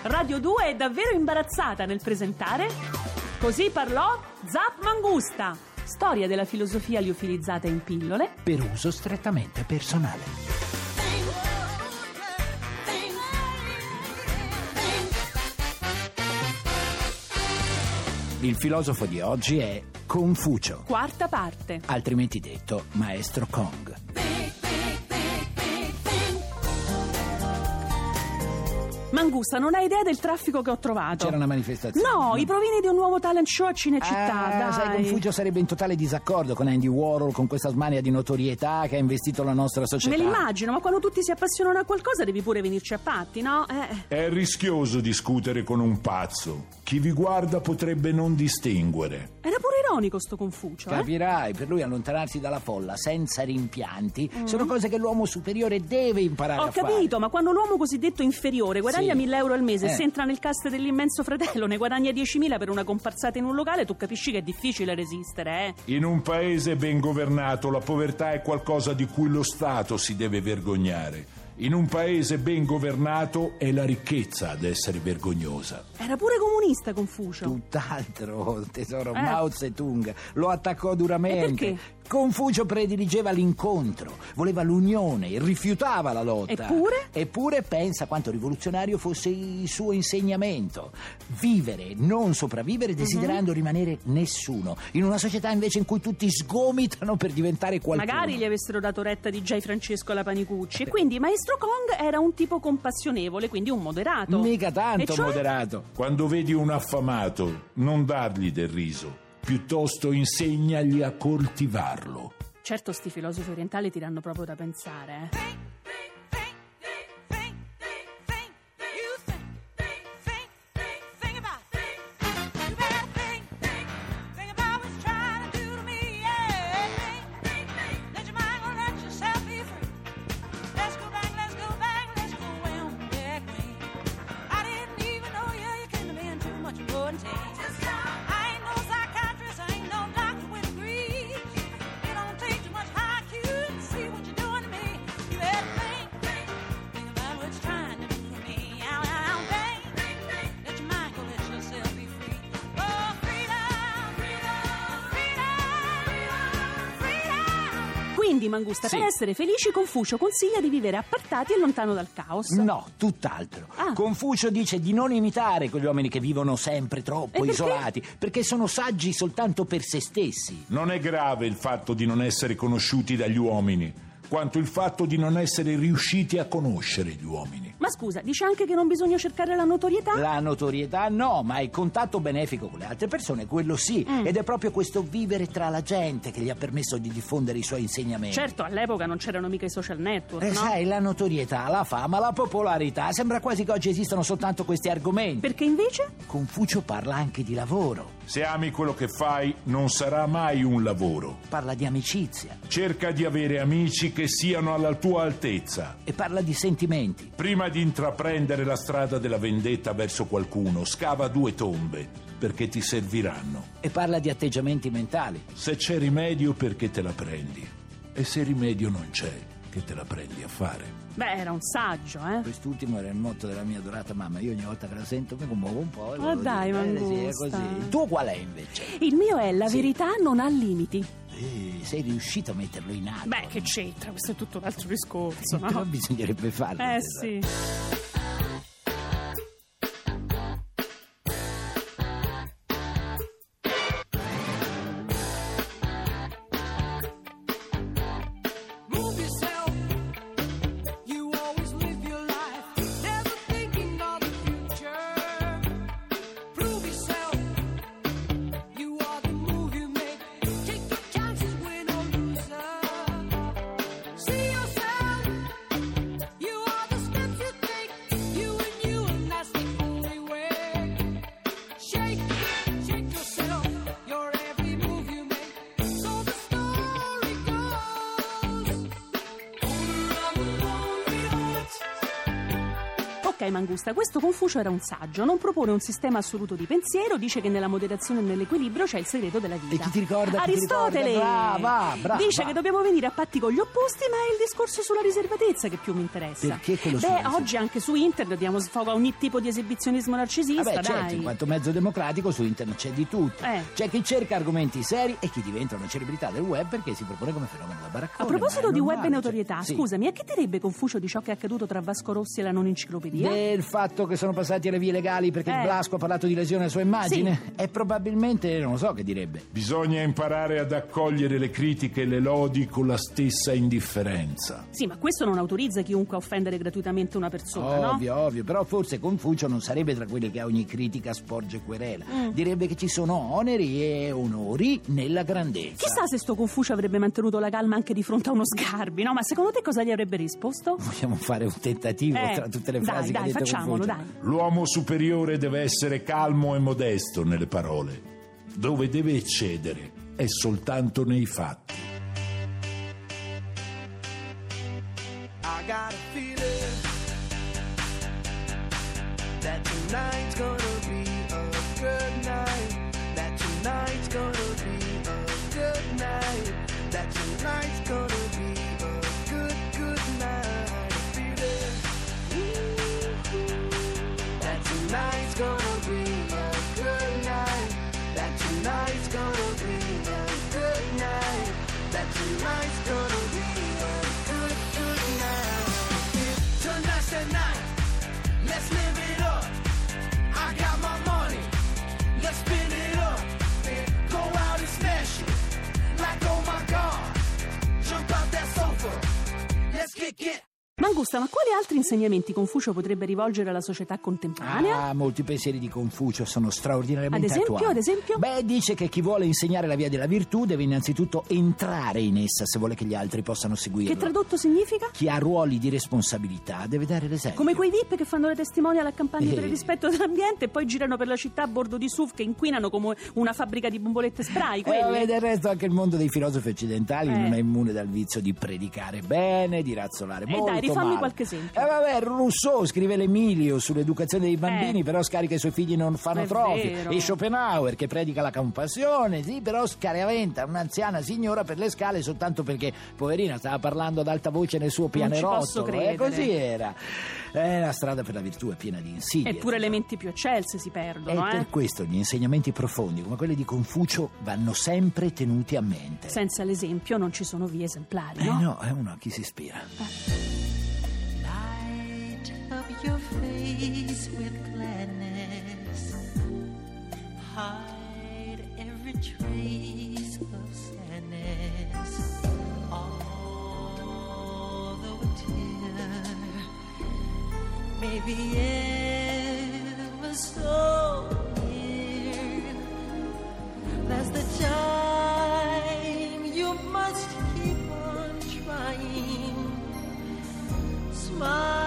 Radio 2 è davvero imbarazzata nel presentare Così parlò Zap Mangusta, storia della filosofia liofilizzata in pillole per uso strettamente personale. Il filosofo di oggi è Confucio, quarta parte, altrimenti detto Maestro Kong. Mangusta, non hai idea del traffico che ho trovato. C'era una manifestazione. No, i provini di un nuovo talent show a Cinecittà, dai. Sai, Confucio sarebbe in totale disaccordo con Andy Warhol, con questa smania di notorietà che ha investito la nostra società. Me l'immagino, ma quando tutti si appassionano a qualcosa devi pure venirci a patti, no? È rischioso discutere con un pazzo. Chi vi guarda potrebbe non distinguere. Era pure ironico sto Confucio, Capirai, per lui allontanarsi dalla folla senza rimpianti sono cose che l'uomo superiore deve imparare a fare. Ho capito, ma quando l'uomo cosiddetto inferiore guadagna 1.000 euro al mese e se entra nel cast dell'immenso fratello ne guadagna 10.000 per una comparsata in un locale, tu capisci che è difficile resistere, In un paese ben governato la povertà è qualcosa di cui lo Stato si deve vergognare. In un paese ben governato è la ricchezza ad essere vergognosa. Era pure comunista Confucio. Tutt'altro, tesoro. Mao Zedong lo attaccò duramente. E perché? Confucio prediligeva l'incontro, voleva l'unione, rifiutava la lotta. Eppure pensa quanto rivoluzionario fosse il suo insegnamento. Vivere, non sopravvivere, desiderando rimanere nessuno. In una società invece in cui tutti sgomitano per diventare qualcuno. Magari gli avessero dato retta di J. Francesco alla Panicucci. E quindi Maestro Kong era un tipo compassionevole, quindi un moderato. Mica tanto, E cioè? moderato. Quando vedi un affamato, non dargli del riso, piuttosto insegnagli a coltivarlo. Certo, sti filosofi orientali ti danno proprio da pensare, Quindi, Mangusta, per essere felici, Confucio consiglia di vivere appartati e lontano dal caos. No, tutt'altro. Confucio dice di non imitare quegli uomini che vivono sempre troppo isolati, perché sono saggi soltanto per se stessi. Non è grave il fatto di non essere conosciuti dagli uomini, quanto il fatto di non essere riusciti a conoscere gli uomini. Ma scusa, dice anche che non bisogna cercare la notorietà? La notorietà no, ma il contatto benefico con le altre persone, quello sì. Ed è proprio questo vivere tra la gente che gli ha permesso di diffondere i suoi insegnamenti. Certo, all'epoca non c'erano mica i social network, no? Sai, la notorietà, la fama, la popolarità, sembra quasi che oggi esistano soltanto questi argomenti. Perché invece? Confucio parla anche di lavoro. Se ami quello che fai, non sarà mai un lavoro. Parla di amicizia. Cerca di avere amici che siano alla tua altezza. E parla di sentimenti. Prima di intraprendere la strada della vendetta verso qualcuno, scava 2 tombe, perché ti serviranno. E parla di atteggiamenti mentali. Se c'è rimedio, perché te la prendi? E se rimedio non c'è, che te la prendi a fare? Beh, era un saggio, Quest'ultimo era il motto della mia adorata mamma. Io ogni volta che la sento mi commuovo un po'. Ma dai, Mangusta. Sì, è così. Il tuo qual è invece? Il mio è la verità non ha limiti. Sei riuscito a metterlo in atto. Beh, che c'entra? Questo è tutto un altro discorso, no? Però bisognerebbe farlo. Sì. Ok, Mangusta, questo Confucio era un saggio, non propone un sistema assoluto di pensiero, dice che nella moderazione e nell'equilibrio c'è il segreto della vita. E chi ti ricorda? Aristotele! Brava. Dice che dobbiamo venire a patti con gli opposti, ma è il discorso sulla riservatezza che più mi interessa. Perché quello oggi anche su internet diamo sfogo a ogni tipo di esibizionismo narcisista, dai. Certo, in quanto mezzo democratico su internet c'è di tutto. C'è chi cerca argomenti seri e chi diventa una celebrità del web perché si propone come fenomeno da baraccone. A proposito di web e notorietà, scusami, a che direbbe Confucio di ciò che è accaduto tra Vasco Rossi e la non enciclopedia? Del fatto che sono passati alle vie legali perché il Blasco ha parlato di lesione alla sua immagine? Sì. E probabilmente non lo so che direbbe. Bisogna imparare ad accogliere le critiche e le lodi con la stessa indifferenza. Sì, ma questo non autorizza chiunque a offendere gratuitamente una persona, Ovvio, però forse Confucio non sarebbe tra quelli che a ogni critica sporge querela. Direbbe che ci sono oneri e onori nella grandezza. Chissà se sto Confucio avrebbe mantenuto la calma anche di fronte a uno Sgarbi, no? Ma secondo te cosa gli avrebbe risposto? Vogliamo fare un tentativo tra tutte le frasi che ha detto facciamolo, Confucio? dai. L'uomo superiore deve essere calmo e modesto nelle parole. Dove deve eccedere è soltanto nei fatti. I got a feeling that tonight's gonna be a good night. That tonight's gonna be a good night. That tonight's gonna be a good night. I feel it. That tonight's gonna be a good night. That tonight's gonna be a good night. That tonight's gonna be a good night. Tonight's the night. Let's live it up. I got my money. Let's spin it up. Go out and smash it. Like, oh my God. Jump out that sofa. Let's get. Mangusta, ma quali altri insegnamenti Confucio potrebbe rivolgere alla società contemporanea? Molti pensieri di Confucio sono straordinariamente attuali. Ad esempio? Dice che chi vuole insegnare la via della virtù deve innanzitutto entrare in essa se vuole che gli altri possano seguirlo. Che tradotto significa? Chi ha ruoli di responsabilità deve dare l'esempio. Come quei VIP che fanno le testimonial a campagne per il rispetto dell'ambiente e poi girano per la città a bordo di SUV che inquinano come una fabbrica di bombolette spray. Del resto anche il mondo dei filosofi occidentali non è immune dal vizio di predicare bene, di razzolare molto dai, rifammi male. qualche esempio. Rousseau scrive l'Emilio sull'educazione dei bambini, però scarica che i suoi figli non fanno trofi. E Schopenhauer che predica la compassione, sì, però scaraventa un'anziana signora per le scale soltanto perché, poverina, stava parlando ad alta voce nel suo pianerottolo. Non ci posso credere. Così era. La strada per la virtù è piena di insidie. Eppure le menti più eccelse si perdono. E per questo gli insegnamenti profondi come quelli di Confucio vanno sempre tenuti a mente. Senza l'esempio non ci sono vie esemplari, no? No, è uno a chi si ispira. Your face with gladness, hide every trace of sadness, although a tear may be ever so near. That's the time you must keep on trying. Smile.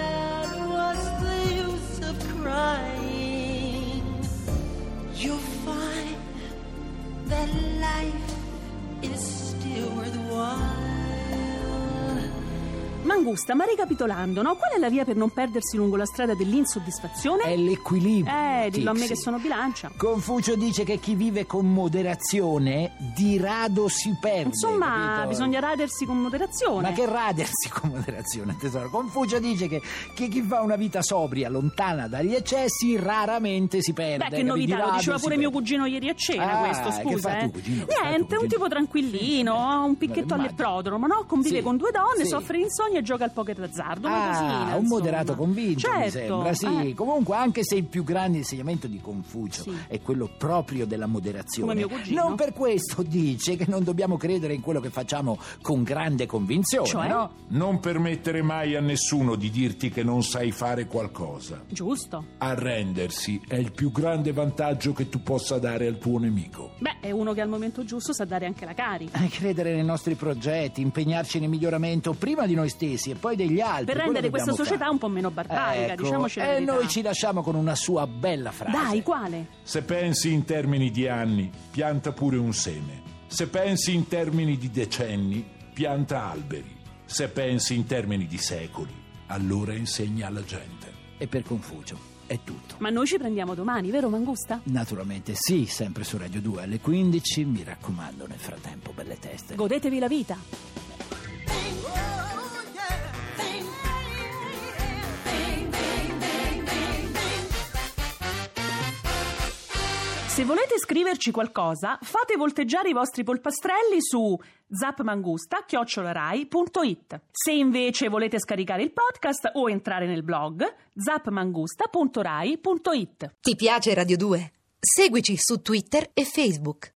Crying, you'll find that life is still worthwhile. Mangusta, ma ricapitolando, no? Qual è la via per non perdersi lungo la strada dell'insoddisfazione? È l'equilibrio. Dillo a me che sono bilancia. Confucio dice che chi vive con moderazione di rado si perde. Insomma, capito? bisogna radersi con moderazione. Ma che radersi con moderazione, tesoro? Confucio dice che chi fa una vita sobria, lontana dagli eccessi, raramente si perde. Beh, che novità, lo diceva pure mio cugino ieri a cena, questo, scusa. Che fa tuo cugino? Niente, un tipo tranquillino, un picchetto all'epprodromo, no? Convive con due donne, soffre di insonnia e gioca al poker d'azzardo. Una cosina, un moderato convinto, certo, mi sembra, sì. Comunque, anche se il più grande insegnamento di Confucio è quello proprio della moderazione, come mio cugino, non per questo dice che non dobbiamo credere in quello che facciamo con grande convinzione, cioè? No? Non permettere mai a nessuno di dirti che non sai fare qualcosa. Giusto. Arrendersi è il più grande vantaggio che tu possa dare al tuo nemico. Beh, è uno che al momento giusto sa dare anche la carica. Credere nei nostri progetti, impegnarci nel miglioramento prima di noi stessi e poi degli altri. Per rendere questa società un po' meno barbarica, diciamoci la verità. E noi ci lasciamo con una sua bella frase. Dai, quale? Se pensi in termini di anni, pianta pure un seme. Se pensi in termini di decenni, pianta alberi. Se pensi in termini di secoli, allora insegna alla gente. e per Confucio. È tutto. Ma noi ci prendiamo domani, vero Mangusta? Naturalmente sì, sempre su Radio 2 alle 15. Mi raccomando, nel frattempo, belle teste. Godetevi la vita. Se volete scriverci qualcosa, fate volteggiare i vostri polpastrelli su zapmangusta@rai.it. Se invece volete scaricare il podcast o entrare nel blog, zapmangusta.rai.it. Ti piace Radio 2? Seguici su Twitter e Facebook.